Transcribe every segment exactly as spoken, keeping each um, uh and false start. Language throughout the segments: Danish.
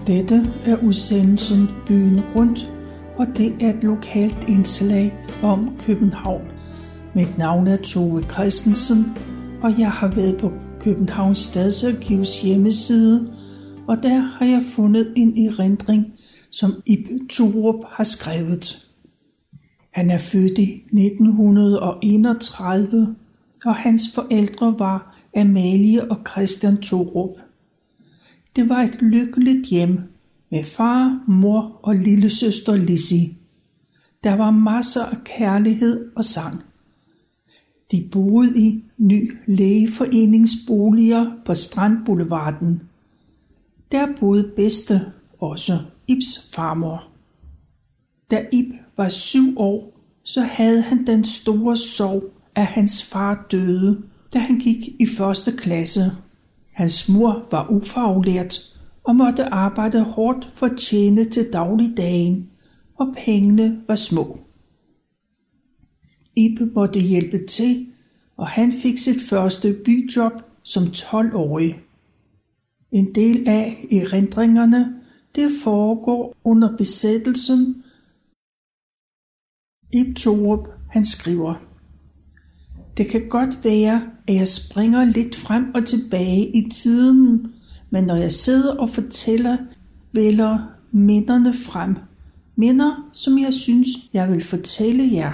Dette er udsendelsen Byen Rundt, og det er et lokalt indslag om København. Mit navn er Tove Christensen, og jeg har været på Københavns Stadsarkivs hjemmeside, og der har jeg fundet en erindring, som Ib Thorup har skrevet. Han er født i nitten enogtredive, og hans forældre var Amalie og Christian Thorup. Det var et lykkeligt hjem med far, mor og lillesøster Lizzie. Der var masser af kærlighed og sang. De boede i ny lægeforeningsboliger på Strandboulevarden. Der boede Bedste, også Ibs farmor. Da Ib var syv år, så havde han den store sorg, at hans far døde, da han gik i første klasse. Hans mor var ufaglært og måtte arbejde hårdt for at tjene til dagligdagen, og pengene var små. Ib måtte hjælpe til, og han fik sit første byjob som tolv-årig. En del af erindringerne, det foregår under besættelsen. Ib Thorup, han skriver: Det kan godt være, at jeg springer lidt frem og tilbage i tiden, men når jeg sidder og fortæller, vælger minderne frem. Minder, som jeg synes, jeg vil fortælle jer.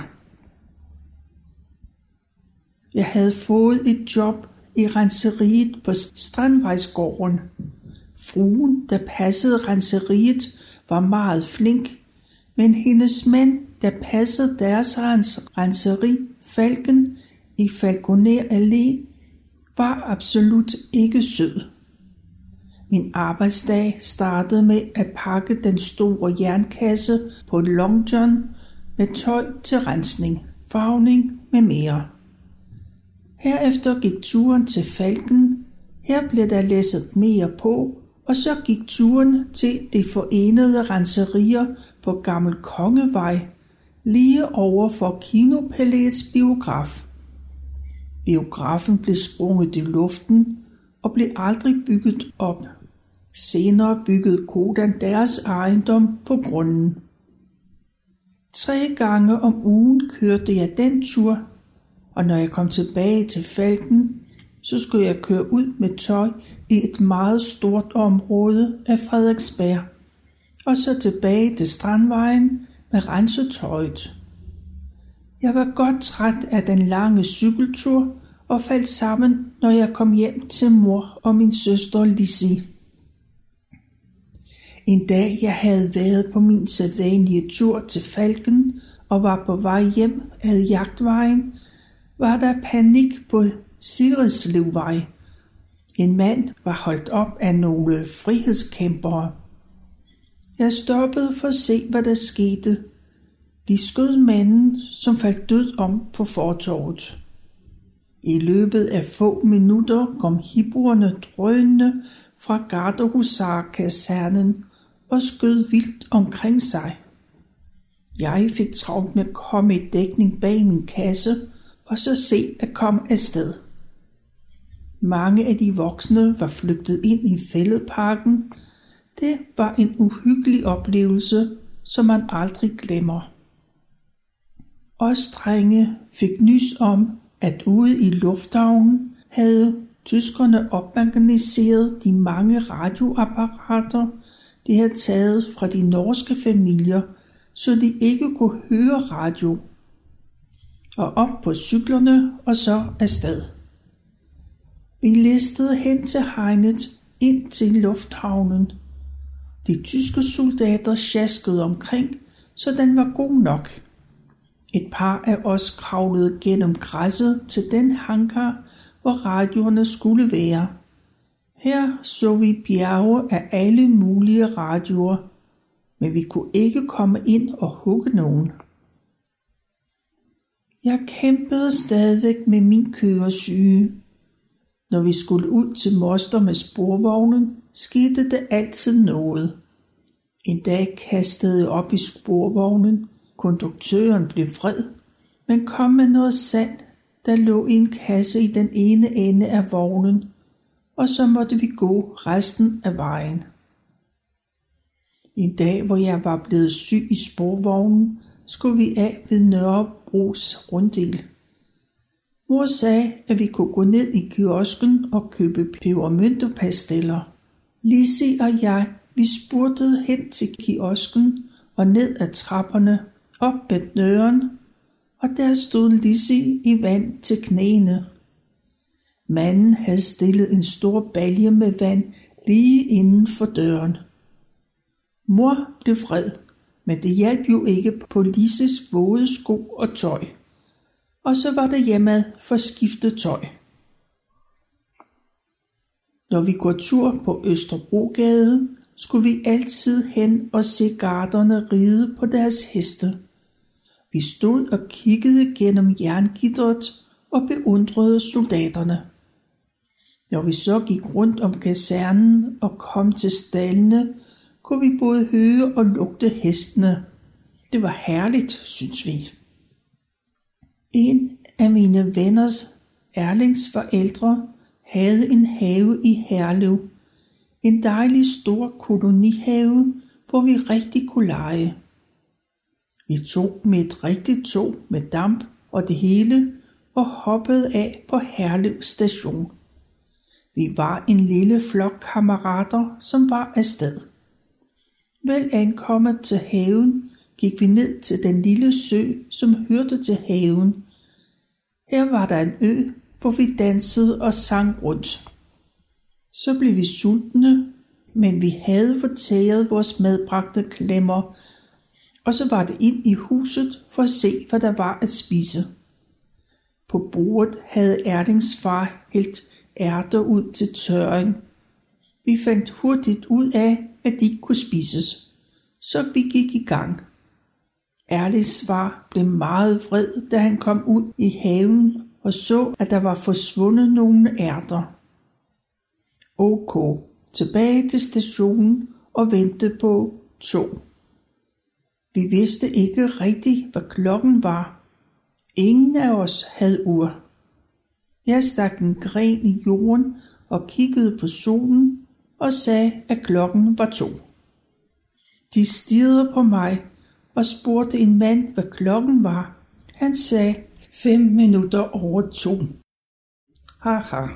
Jeg havde fået et job i renseriet på Strandvejsgården. Fruen, der passede renseriet, var meget flink, men hendes mand, der passede deres renseri, Falken, i Falconer Allé, var absolut ikke sød. Min arbejdsdag startede med at pakke den store jernkasse på Long John med tøj til rensning, farvning med mere. Herefter gik turen til Falken. Her blev der læsset mere på, og så gik turen til De Forenede Renserier på Gammel Kongevej, lige over for Kinopalæets biograf. Biografen blev sprunget i luften og blev aldrig bygget op. Senere byggede Kodan deres ejendom på grunden. Tre gange om ugen kørte jeg den tur, og når jeg kom tilbage til Falken, så skulle jeg køre ud med tøj i et meget stort område af Frederiksberg, og så tilbage til Strandvejen med rensetøjet. Jeg var godt træt af den lange cykeltur og faldt sammen, når jeg kom hjem til mor og min søster Lizzie. En dag jeg havde været på min sædvanlige tur til Falken og var på vej hjem ad Jagtvejen, var der panik på Sirilslevvej. En mand var holdt op af nogle frihedskæmpere. Jeg stoppede for at se, hvad der skete. De skød manden, som faldt død om på fortovet. I løbet af få minutter kom hippuerne drønende fra Gardehusarkasernen og skød vildt omkring sig. Jeg fik travlt med at komme i dækning bag min kasse og så se at komme afsted. Mange af de voksne var flygtet ind i fælledparken. Det var en uhyggelig oplevelse, som man aldrig glemmer. Os drenge fik nys om, at ude i lufthavnen havde tyskerne opmagasineret de mange radioapparater, de havde taget fra de norske familier, så de ikke kunne høre radio. Og op på cyklerne og så afsted. Vi listede hen til hegnet ind til lufthavnen. De tyske soldater sjaskede omkring, så den var god nok. Et par af os kravlede gennem græsset til den hangar, hvor radioerne skulle være. Her så vi bjerge af alle mulige radioer, men vi kunne ikke komme ind og hugge nogen. Jeg kæmpede stadigvæk med min køresyge. Når vi skulle ud til Moster med sporvognen, skete det altid noget. En dag kastede jeg op i sporvognen. Konduktøren blev vred, men kom med noget sand, der lå i en kasse i den ene ende af vognen, og så måtte vi gå resten af vejen. En dag, hvor jeg var blevet syg i sporvognen, skulle vi af ved Nørrebros runddel. Mor sagde, at vi kunne gå ned i kiosken og købe pebermyntepasteller. Lizzie og jeg, vi spurtede hen til kiosken og ned ad trapperne, op ad døren, og der stod Lizzie i vand til knæene. Manden havde stillet en stor balje med vand lige inden for døren. Mor blev vred, men det hjalp jo ikke på Lises våde sko og tøj. Og så var det hjemme for skiftet tøj. Når vi går tur på Østerbrogade, skulle vi altid hen og se garderne ride på deres heste. Vi stod og kiggede gennem jerngitteret og beundrede soldaterne. Når vi så gik rundt om kasernen og kom til stallene, kunne vi både høre og lugte hestene. Det var herligt, synes vi. En af mine venners Erlings forældre havde en have i Herlev. En dejlig stor kolonihave, hvor vi rigtig kunne lege. Vi tog med et rigtigt tog med damp og det hele og hoppede af på Herlev station. Vi var en lille flok kammerater, som var afsted. Vel ankommet til haven, gik vi ned til den lille sø, som hørte til haven. Her var der en ø, hvor vi dansede og sang rundt. Så blev vi sultne, men vi havde fortæret vores medbragte klemmer, og så var det ind i huset for at se, hvad der var at spise. På bordet havde Erlings far hældt ærter ud til tørring. Vi fandt hurtigt ud af, at de ikke kunne spises, så vi gik i gang. Erlings far blev meget vred, da han kom ud i haven og så, at der var forsvundet nogle ærter. Ok, tilbage til stationen og vente på tog. Vi vidste ikke rigtigt, hvad klokken var. Ingen af os havde ur. Jeg stak en gren i jorden og kiggede på solen og sagde, at klokken var to. De stirrede på mig og spurgte en mand, hvad klokken var. Han sagde, fem minutter over to. Haha.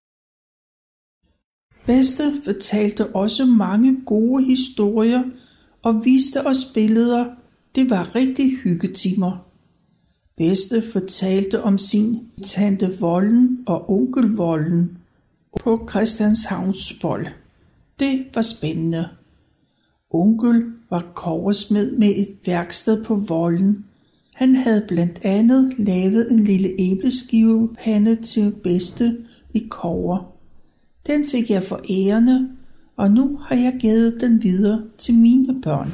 Bedste fortalte også mange gode historier og viste os billeder. Det var rigtig hyggetimer. Bedste fortalte om sin tante Volden og onkel Volden på Christianshavns Vold. Det var spændende. Onkel var kobbersmed med et værksted på Volden. Han havde blandt andet lavet en lille æbleskivepande til bedste i kobber. Den fik jeg for ærende, og nu har jeg givet den videre til mine børn.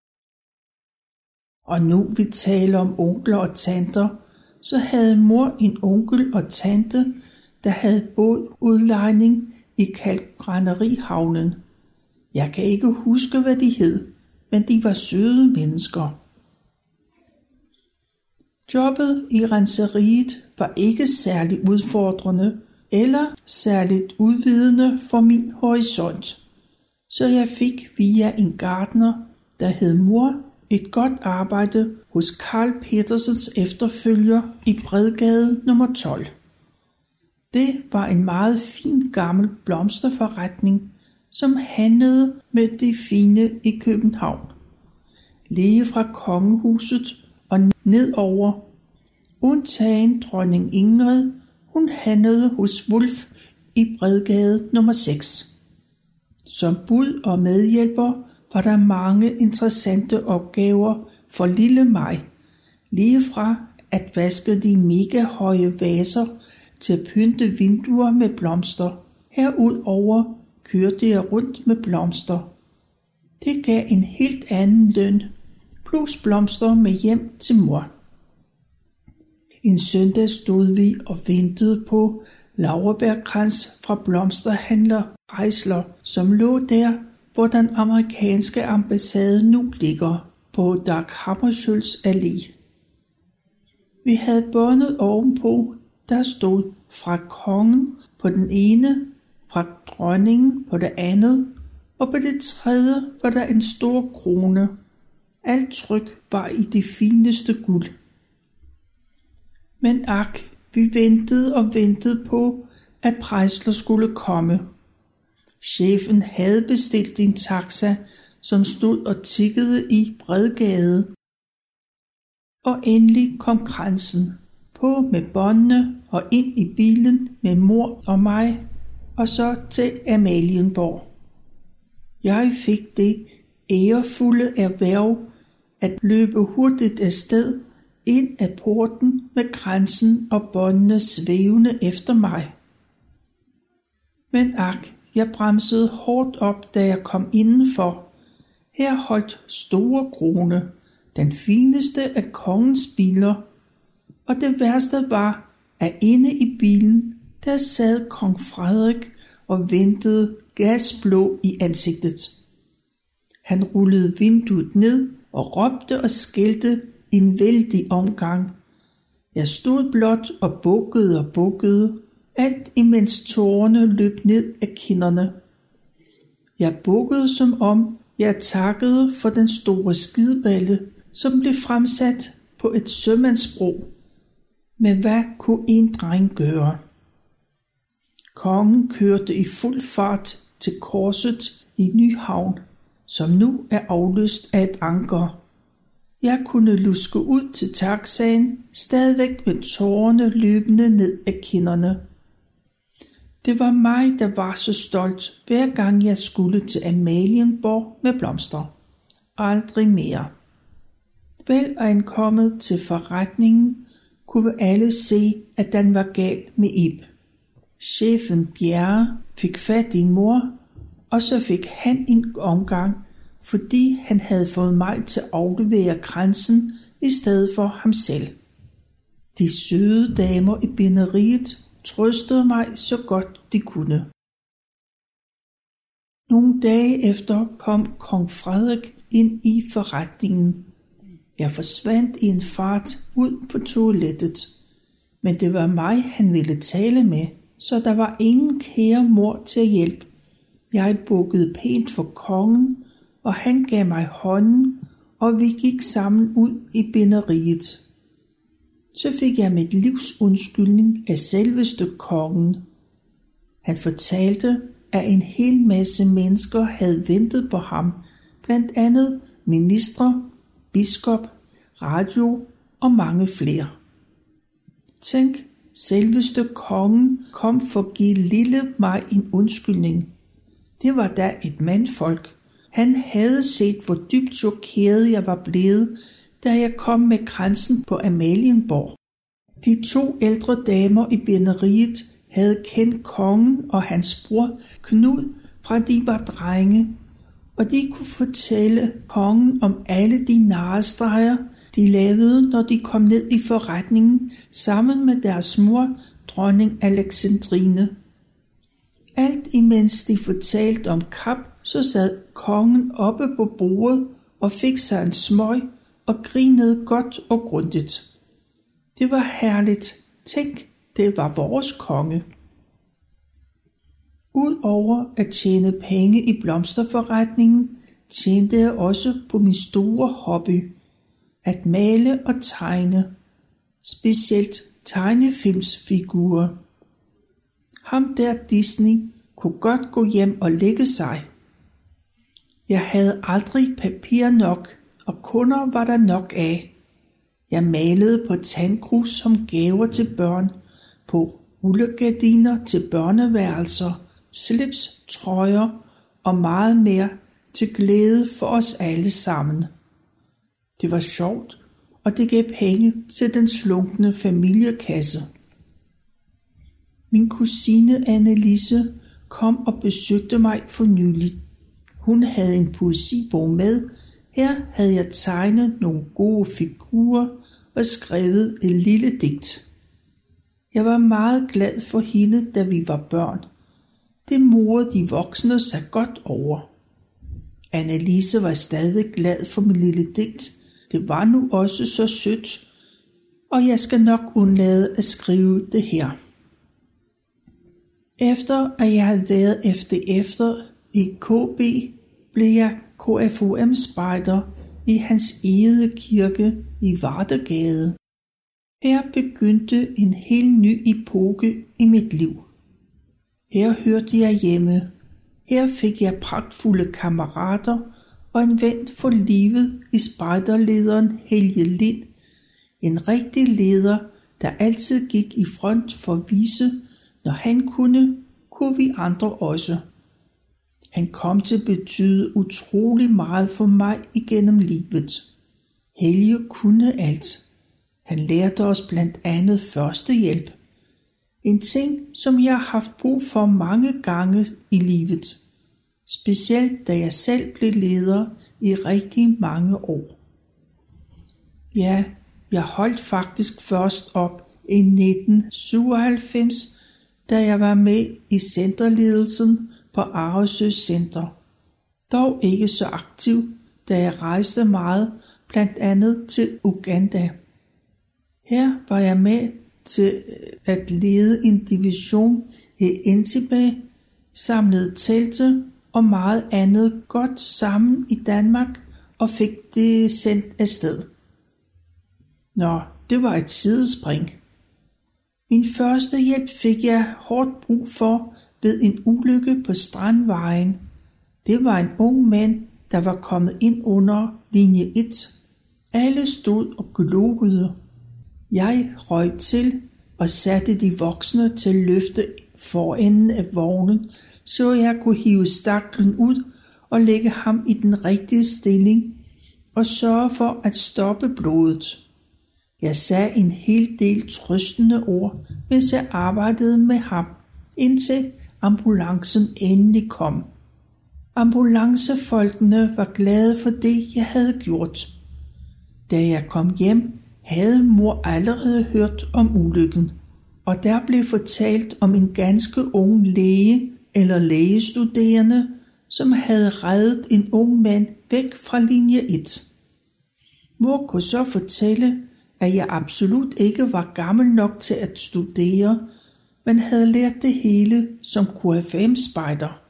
Og nu vi taler om onkler og tanter, så havde mor en onkel og tante, der havde bådudlejning i Kalkbrænderihavnen. Jeg kan ikke huske, hvad de hed, men de var søde mennesker. Jobbet i renseriet var ikke særlig udfordrende eller særligt udvidende for min horisont, så jeg fik via en gartner, der hed mor, et godt arbejde hos Carl Petersens efterfølger i Bredgade nummer tolv. Det var en meget fin gammel blomsterforretning, som handlede med det fine i København. Lige fra kongehuset og nedover, undtagen dronning Ingrid, hun handlede hos Wulff i Bredgade nummer seks. Som bud og medhjælper var der mange interessante opgaver for lille mig, lige fra at vaske de mega høje vaser til at pynte vinduer med blomster. Herudover kørte jeg rundt med blomster. Det gav en helt anden løn, plus blomster med hjem til mor. En søndag stod vi og ventede på laurbærkrans fra blomsterhandler Reisler, som lå der, hvor den amerikanske ambassade nu ligger på Dag Hammarskjölds Allé. Vi havde båndet ovenpå, der stod fra kongen på den ene, fra dronningen på det andet, og på det tredje var der en stor krone. Alt tryk var i det fineste guld. Men ak, vi ventede og ventede på, at Preisler skulle komme. Chefen havde bestilt en taxa, som stod og tikkede i Bredgade. Og endelig kom kransen, på med båndene og ind i bilen med mor og mig, og så til Amalienborg. Jeg fik det ærefulde erhverv at løbe hurtigt afsted ind af porten med kransen og båndene svævende efter mig. Men ak, jeg bremsede hårdt op, da jeg kom indenfor. Her holdt Store Krone, den fineste af kongens biler, og det værste var, at inde i bilen, der sad kong Frederik og ventede gasblå i ansigtet. Han rullede vinduet ned og råbte og skældte en vældig omgang. Jeg stod blot og bukkede og bukkede, alt imens tårerne løb ned af kinderne. Jeg bukkede som om jeg takkede for den store skideballe, som blev fremsat på et sømandsbro. Men hvad kunne en dreng gøre? Kongen kørte i fuld fart til korset i Nyhavn, som nu er afløst af et anker. Jeg kunne luske ud til taxaen, stadigvæk med tårerne løbende ned af kinderne. Det var mig, der var så stolt, hver gang jeg skulle til Amalienborg med blomster. Aldrig mere. Vel ankommet til forretningen, kunne vi alle se, at den var gal med Ib. Chefen Bjerre fik fat i mor, og så fik han en omgang, fordi han havde fået mig til at aflevere kransen i stedet for ham selv. De søde damer i binderiet trøstede mig så godt de kunne. Nogle dage efter kom kong Frederik ind i forretningen. Jeg forsvandt i en fart ud på toilettet, men det var mig, han ville tale med, så der var ingen kære mor til at hjælpe. Jeg bukkede pænt for kongen, og han gav mig hånden, og vi gik sammen ud i binderiet. Så fik jeg mit livs undskyldning af selveste kongen. Han fortalte, at en hel masse mennesker havde ventet på ham, blandt andet ministre, biskop, radio og mange flere. Tænk, selveste kongen kom for at give lille mig en undskyldning. Det var da et mandfolk. Han havde set, hvor dybt chokeret jeg var blevet, da jeg kom med kransen på Amalienborg. De to ældre damer i binderiet havde kendt kongen og hans bror Knud, fra de var drenge, og de kunne fortælle kongen om alle de narrestreger, de lavede, når de kom ned i forretningen sammen med deres mor, dronning Alexandrine. Alt imens de fortalte om kap, så sad kongen oppe på bordet og fik sig en smøg og grinede godt og grundigt. Det var herligt. Tænk, det var vores konge. Udover at tjene penge i blomsterforretningen, tjente jeg også på min store hobby, at male og tegne, specielt tegnefilmsfigurer. Ham der Disney kunne godt gå hjem og lægge sig. Jeg havde aldrig papir nok, og kunder var der nok af. Jeg malede på tandkrus som gaver til børn, på rullegardiner til børneværelser, slips, trøjer og meget mere til glæde for os alle sammen. Det var sjovt, og det gav penge til den slunkne familiekasse. Min kusine Annelise kom og besøgte mig for nylig. Hun havde en poesibog med. Her havde jeg tegnet nogle gode figurer og skrevet et lille digt. Jeg var meget glad for hende, da vi var børn. Det morede de voksne sig godt over. Annelise var stadig glad for min lille digt. Det var nu også så sødt, og jeg skal nok undlade at skrive det her. Efter at jeg havde været efter efter I K B blev jeg K F U M-spejder i Hans Egede Kirke i Vardegade. Her begyndte en helt ny epoke i mit liv. Her hørte jeg hjemme. Her fik jeg pragtfulde kammerater og en ven for livet i spejderlederen Helge Lind. En rigtig leder, der altid gik i front for at vise, når han kunne, kunne vi andre også. Han kom til at betyde utrolig meget for mig igennem livet. Helge kunne alt. Han lærte os blandt andet førstehjælp. En ting, som jeg har haft brug for mange gange i livet. Specielt da jeg selv blev leder i rigtig mange år. Ja, jeg holdt faktisk først op i nitten syvoghalvfems, da jeg var med i centerledelsen på Arresø Center. Dog ikke så aktiv, da jeg rejste meget, blandt andet til Uganda. Her var jeg med til at lede en division i Entebbe, samlede telte og meget andet godt sammen i Danmark og fik det sendt afsted. Nå, det var et sidespring. Min første hjælp fik jeg hårdt brug for ved en ulykke på Strandvejen. Det var en ung mand, der var kommet ind under linje et. Alle stod og glorede. Jeg røg til og satte de voksne til at løfte forenden af vognen, så jeg kunne hive staklen ud og lægge ham i den rigtige stilling og sørge for at stoppe blodet. Jeg sagde en hel del trøstende ord, mens jeg arbejdede med ham, indtil ambulancen endelig kom. Ambulancefolkene var glade for det, jeg havde gjort. Da jeg kom hjem, havde mor allerede hørt om ulykken, og der blev fortalt om en ganske ung læge eller lægestuderende, som havde reddet en ung mand væk fra linje et. Mor kunne så fortælle, at jeg absolut ikke var gammel nok til at studere, men havde lært det hele som K F M-spejder.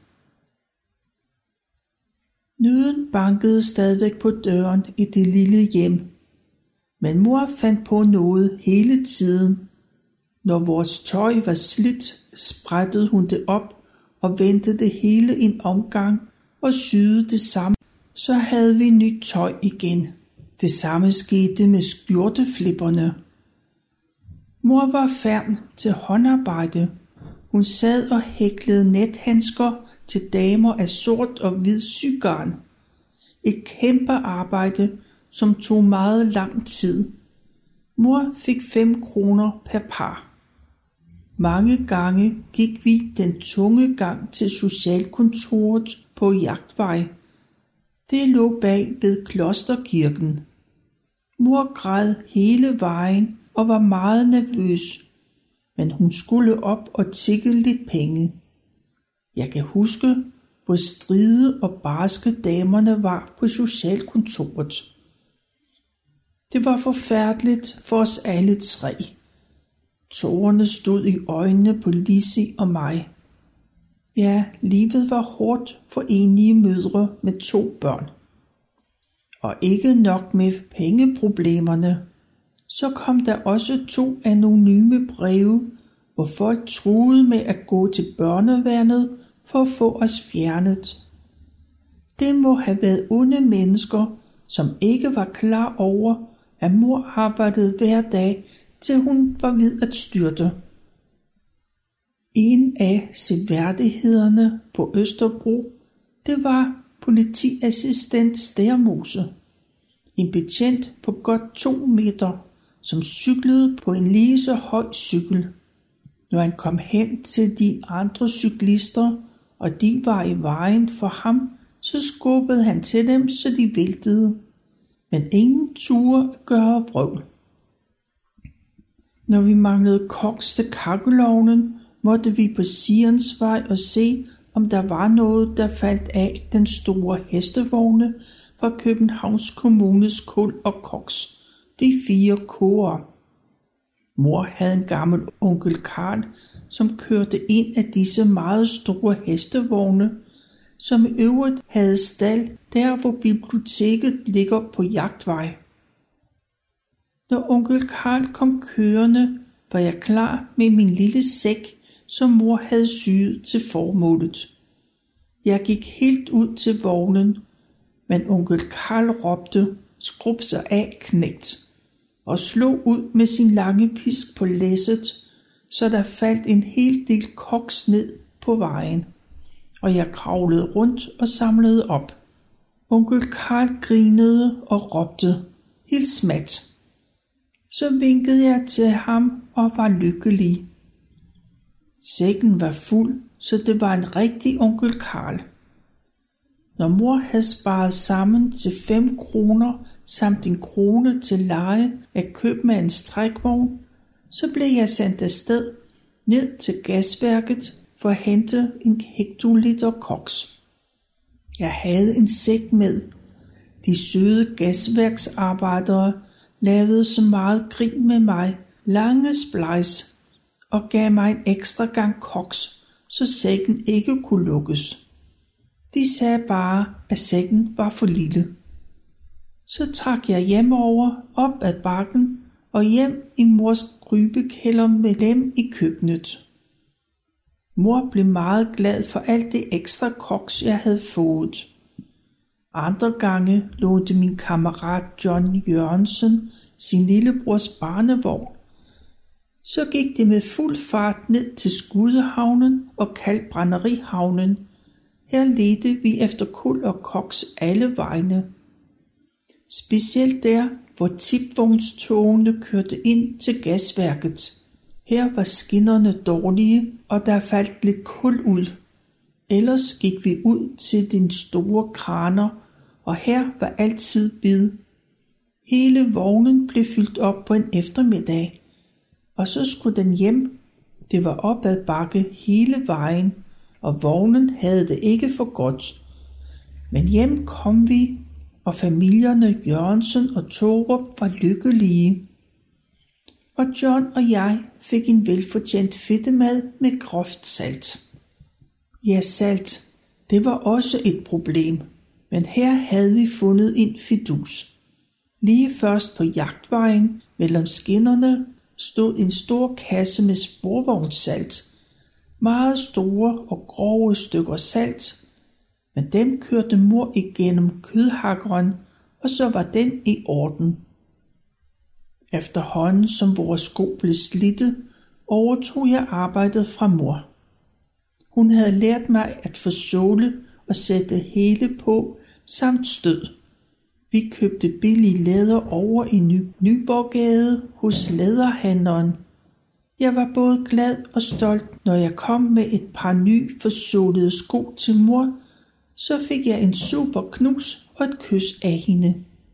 Nøden bankede stadigvæk på døren i det lille hjem, men mor fandt på noget hele tiden. Når vores tøj var slidt, sprættede hun det op og vendte det hele en omgang og syede det samme, så havde vi nyt tøj igen. Det samme skete med skjorteflipperne. Mor var færm til håndarbejde. Hun sad og hæklede nethandsker til damer af sort og hvid sygarn. Et kæmpe arbejde, som tog meget lang tid. Mor fik fem kroner per par. Mange gange gik vi den tunge gang til socialkontoret på Jagtvej. Det lå bag ved Klosterkirken. Mor græd hele vejen og var meget nervøs, men hun skulle op og tigge lidt penge. Jeg kan huske, hvor stride og barske damerne var på socialkontoret. Det var forfærdeligt for os alle tre. Tårerne stod i øjnene på Lissi og mig. Ja, livet var hårdt for enlige mødre med to børn. Og ikke nok med pengeproblemerne, så kom der også to anonyme breve, hvor folk truede med at gå til børneværnet for at få os fjernet. Det må have været onde mennesker, som ikke var klar over, at mor arbejdede hver dag, til hun var ved at styrte. En af seværdighederne på Østerbro, det var politiassistent Stærmose. En betjent på godt to meter, som cyklede på en lige så høj cykel. Når han kom hen til de andre cyklister, og de var i vejen for ham, så skubbede han til dem, så de væltede. Men ingen turde gøre vrøvl. Når vi manglede koks til kakkelovnen, måtte vi på Sirensvej og se, om der var noget, der faldt af den store hestevogne fra Københavns Kommunes kul og koks, de fire koger. Mor havde en gammel onkel Karl, som kørte en af disse meget store hestevogne, som i øvrigt havde stald der, hvor biblioteket ligger på Jagtvej. Når onkel Karl kom kørende, var jeg klar med min lille sæk, som mor havde syet til formålet. Jeg gik helt ud til vognen, men onkel Karl råbte, skrub sig af, knægt, og slog ud med sin lange pisk på læsset, så der faldt en hel del koks ned på vejen, og jeg kravlede rundt og samlede op. Onkel Karl grinede og råbte, hils Mat. Så vinkede jeg til ham og var lykkelig. Sækken var fuld, så det var en rigtig onkel Karl. Når mor havde sparet sammen til fem kroner samt en krone til leje af købmandens trækvogn, så blev jeg sendt afsted ned til gasværket for at hente en hektoliter koks. Jeg havde en sæk med. De søde gasværksarbejdere lavede så meget grin med mig, lange splejs, og gav mig en ekstra gang koks, så sækken ikke kunne lukkes. De sagde bare, at sækken var for lille. Så trak jeg hjemover op ad bakken og hjem i mors grybekælder med dem i køkkenet. Mor blev meget glad for alt det ekstra koks, jeg havde fået. Andre gange lånte min kammerat John Jørgensen sin lillebrors barnevogn. Så gik det med fuld fart ned til Skudehavnen og Kalkbrænderihavnen. Her ledte vi efter kul og koks alle vegne. Specielt der, hvor tipvognstogene kørte ind til gasværket. Her var skinnerne dårlige, og der faldt lidt kul ud. Ellers gik vi ud til de store kraner, og her var altid bid. Hele vognen blev fyldt op på en eftermiddag, og så skulle den hjem. Det var op ad bakke hele vejen, og vognen havde det ikke for godt. Men hjem kom vi, og familierne Jørgensen og Torup var lykkelige. Og John og jeg fik en velfortjent fedtemad med groft salt. Ja, salt, det var også et problem, men her havde vi fundet en fidus. Lige først på Jagtvejen mellem skinnerne stod en stor kasse med sporvognssalt. Meget store og grove stykker salt, men dem kørte mor igennem kødhakkeren, og så var den i orden. Efterhånden som vores sko blev slidte, overtog jeg arbejdet fra mor. Hun havde lært mig at få såle og sætte hele på samt stød. Vi købte billig læder over i Ny- Nyborggade hos læderhandleren. Jeg var både glad og stolt, når jeg kom med et par ny forsålede sko til mor, så fik jeg en super knus og et kys af hende.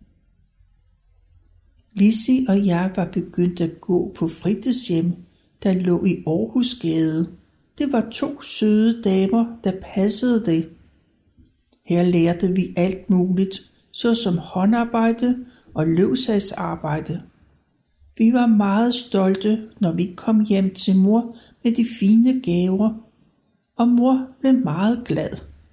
Lissi og jeg var begyndt at gå på fritidshjem, der lå i Aarhusgade. Det var to søde damer, der passede det. Her lærte vi alt muligt, såsom håndarbejde og løvsagsarbejde. Vi var meget stolte, når vi kom hjem til mor med de fine gaver, og mor blev meget glad.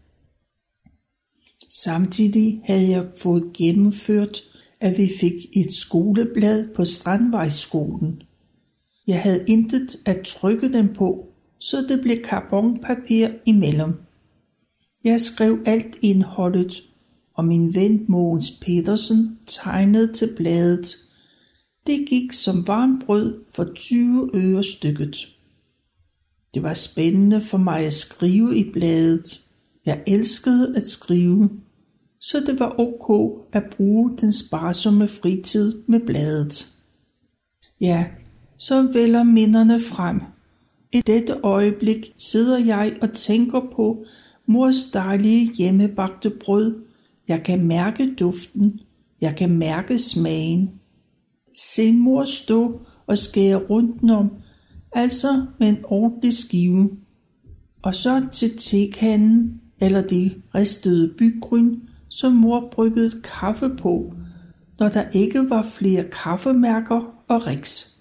Samtidig havde jeg fået gennemført, at vi fik et skoleblad på Strandvejsskolen. Jeg havde intet at trykke dem på, så det blev karbonpapir imellem. Jeg skrev alt indholdet, og min ven Mogens Petersen tegnede til bladet. Det gik som varmt brød for tyve øre stykket. Det var spændende for mig at skrive i bladet. Jeg elskede at skrive, så det var ok at bruge den sparsomme fritid med bladet. Ja, så vælger minderne frem. I dette øjeblik sidder jeg og tænker på mors dejlige hjemmebagte brød. Jeg kan mærke duften. Jeg kan mærke smagen. Se mor stå og skære rundt om, altså med en ordentlig skive. Og så til tekanden eller de ristede byggryn, som mor bryggede kaffe på, når der ikke var flere kaffemærker og riks.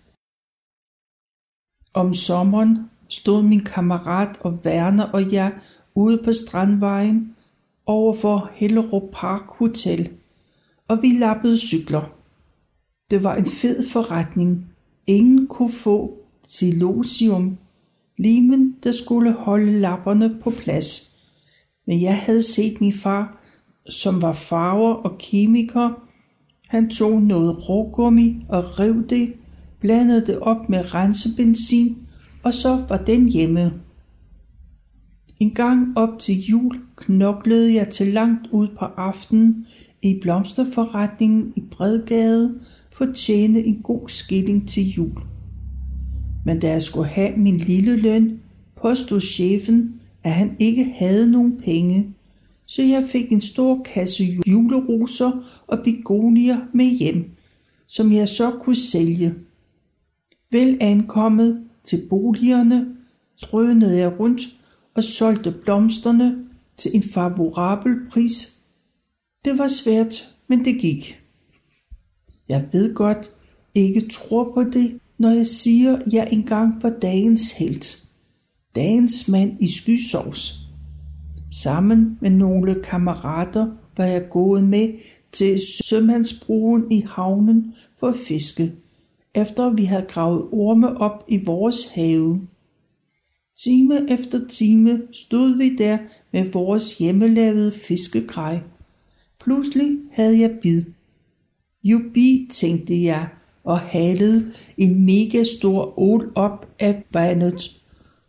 Om sommeren stod min kammerat og Werner og jeg ude på Strandvejen over for Hellerup Park Hotel, og vi lappede cykler. Det var en fed forretning. Ingen kunne få silosium. Limen, der skulle holde lapperne på plads. Men jeg havde set min far, som var farver og kemiker. Han tog noget rågummi og rev det, blandede det op med rensebenzin, og så var den hjemme. En gang op til jul knoklede jeg til langt ud på aftenen i blomsterforretningen i Bredgade for at tjene en god skilling til jul. Men da jeg skulle have min lille løn, påstod chefen, at han ikke havde nogen penge, så jeg fik en stor kasse juleroser og begonier med hjem, som jeg så kunne sælge. Vel ankommet til boligerne, drønede jeg rundt og solgte blomsterne til en favorabel pris. Det var svært, men det gik. Jeg ved godt, ikke tror på det, når jeg siger, at jeg engang var dagens helt. Dagens mand i skysovs. Sammen med nogle kammerater var jeg gået med til sømandsbroen i havnen for at fiske, efter vi havde gravet orme op i vores have. Time efter time stod vi der med vores hjemmelavede fiskegrej. Pludselig havde jeg bid. Jubi, tænkte jeg, og halede en mega stor ål op af vandet.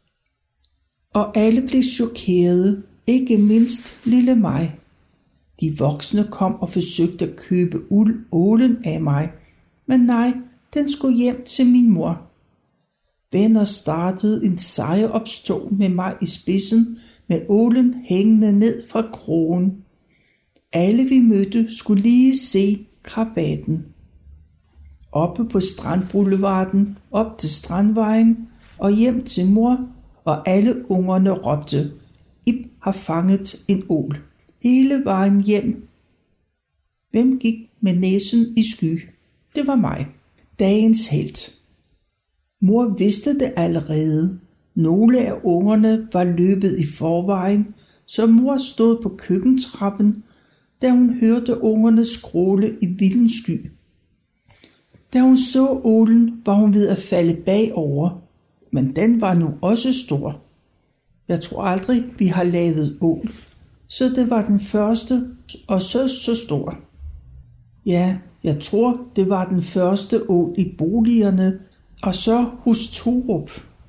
Og alle blev chokerede, ikke mindst lille mig. De voksne kom og forsøgte at købe uld ålen af mig, men nej, den skulle hjem til min mor. Venner startede en sejropstog med mig i spidsen, med ålen hængende ned fra krogen. Alle vi mødte skulle lige se krabaten. Oppe på Strandboulevarden, op til Strandvejen og hjem til mor, og alle ungerne råbte, Ib har fanget en ål. Hele vejen hjem. Hvem gik med næsen i sky? Det var mig. Dagens helt. Mor vidste det allerede. Nogle af ungerne var løbet i forvejen, så mor stod på køkkentrappen, da hun hørte ungerne skråle i vilden sky. Da hun så ålen, var hun ved at falde bagover, men den var nu også stor. Jeg tror aldrig, vi har lavet ål, så det var den første, og så så stor. Ja, jeg tror, det var den første ål i boligerne, og så hos Torup.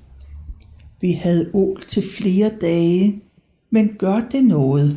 Vi havde ål til flere dage, men gør det noget?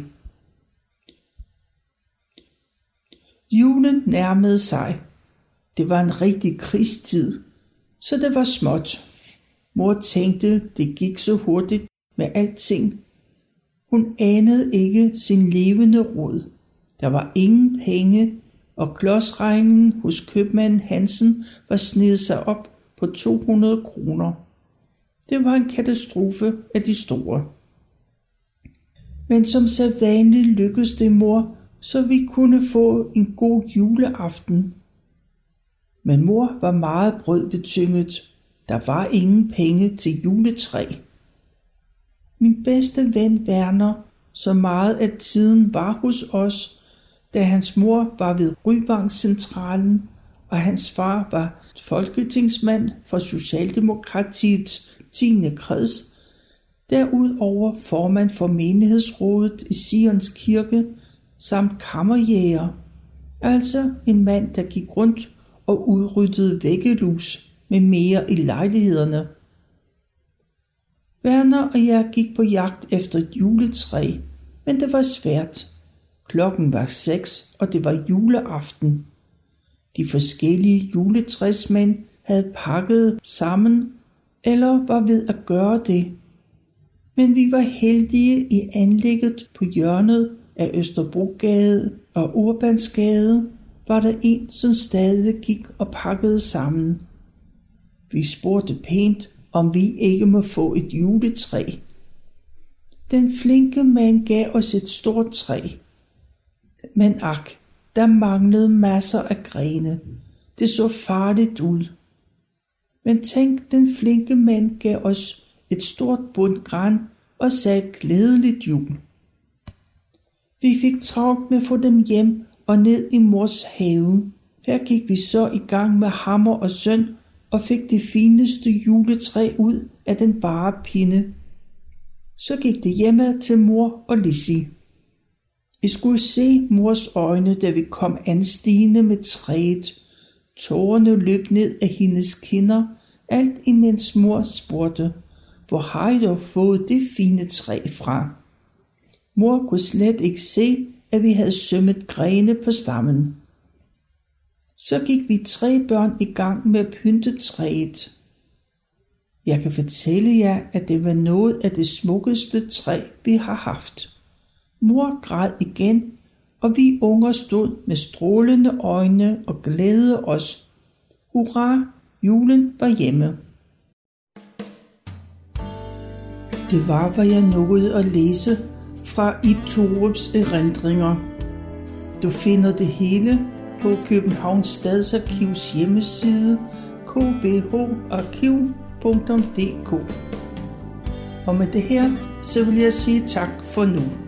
Julen nærmede sig. Det var en rigtig krigstid, så det var småt. Mor tænkte, det gik så hurtigt med alting. Hun anede ikke sin levende råd. Der var ingen penge, og klodsregningen hos købmanden Hansen var snedet sig op på to hundrede kroner. Det var en katastrofe af de store. Men som sædvanligt lykkedes det mor, så vi kunne få en god juleaften. Men mor var meget brødbetynget. Der var ingen penge til juletræ. Min bedste ven Werner, så meget af tiden var hos os, da hans mor var ved Rybankcentralen, og hans far var folketingsmand for Socialdemokratiets tiende kreds, derudover formand for menighedsrådet i Sions Kirke, samt kammerjæger, altså en mand, der gik rundt og udryddede væggelus med mere i lejlighederne. Werner og jeg gik på jagt efter et juletræ, men det var svært. Klokken var seks, og det var juleaften. De forskellige juletræsmænd havde pakket sammen, eller var ved at gøre det. Men vi var heldige i anlægget på hjørnet af Østerbrogade og Urbansgade, var der en, som stadig gik og pakkede sammen. Vi spurgte pænt, om vi ikke må få et juletræ. Den flinke mand gav os et stort træ. Men ak, der manglede masser af grene. Det så farligt ud. Men tænk, den flinke mand gav os et stort bund gran og sagde glædeligt jul. Vi fik travlt med at få dem hjem og ned i mors have. Her gik vi så i gang med hammer og søm og fik det fineste juletræ ud af den bare pinde. Så gik det hjemme til mor og Lissi. I skulle se mors øjne, da vi kom anstigende med træet. Tårerne løb ned af hendes kinder, alt imens mor spurgte, hvor har I dog fået det fine træ fra? Mor kunne slet ikke se, at vi havde sømmet grene på stammen. Så gik vi tre børn i gang med at pynte træet. Jeg kan fortælle jer, at det var noget af det smukkeste træ, vi har haft. Mor græd igen, og vi unger stod med strålende øjne og glædede os. Hurra, julen var hjemme. Det var, hvad jeg nåede at læse fra Ib Thorups erindringer. Du finder det hele på Københavns Stadsarkivs hjemmeside k b h arkiv punktum d k. Og med det her, så vil jeg sige tak for nu.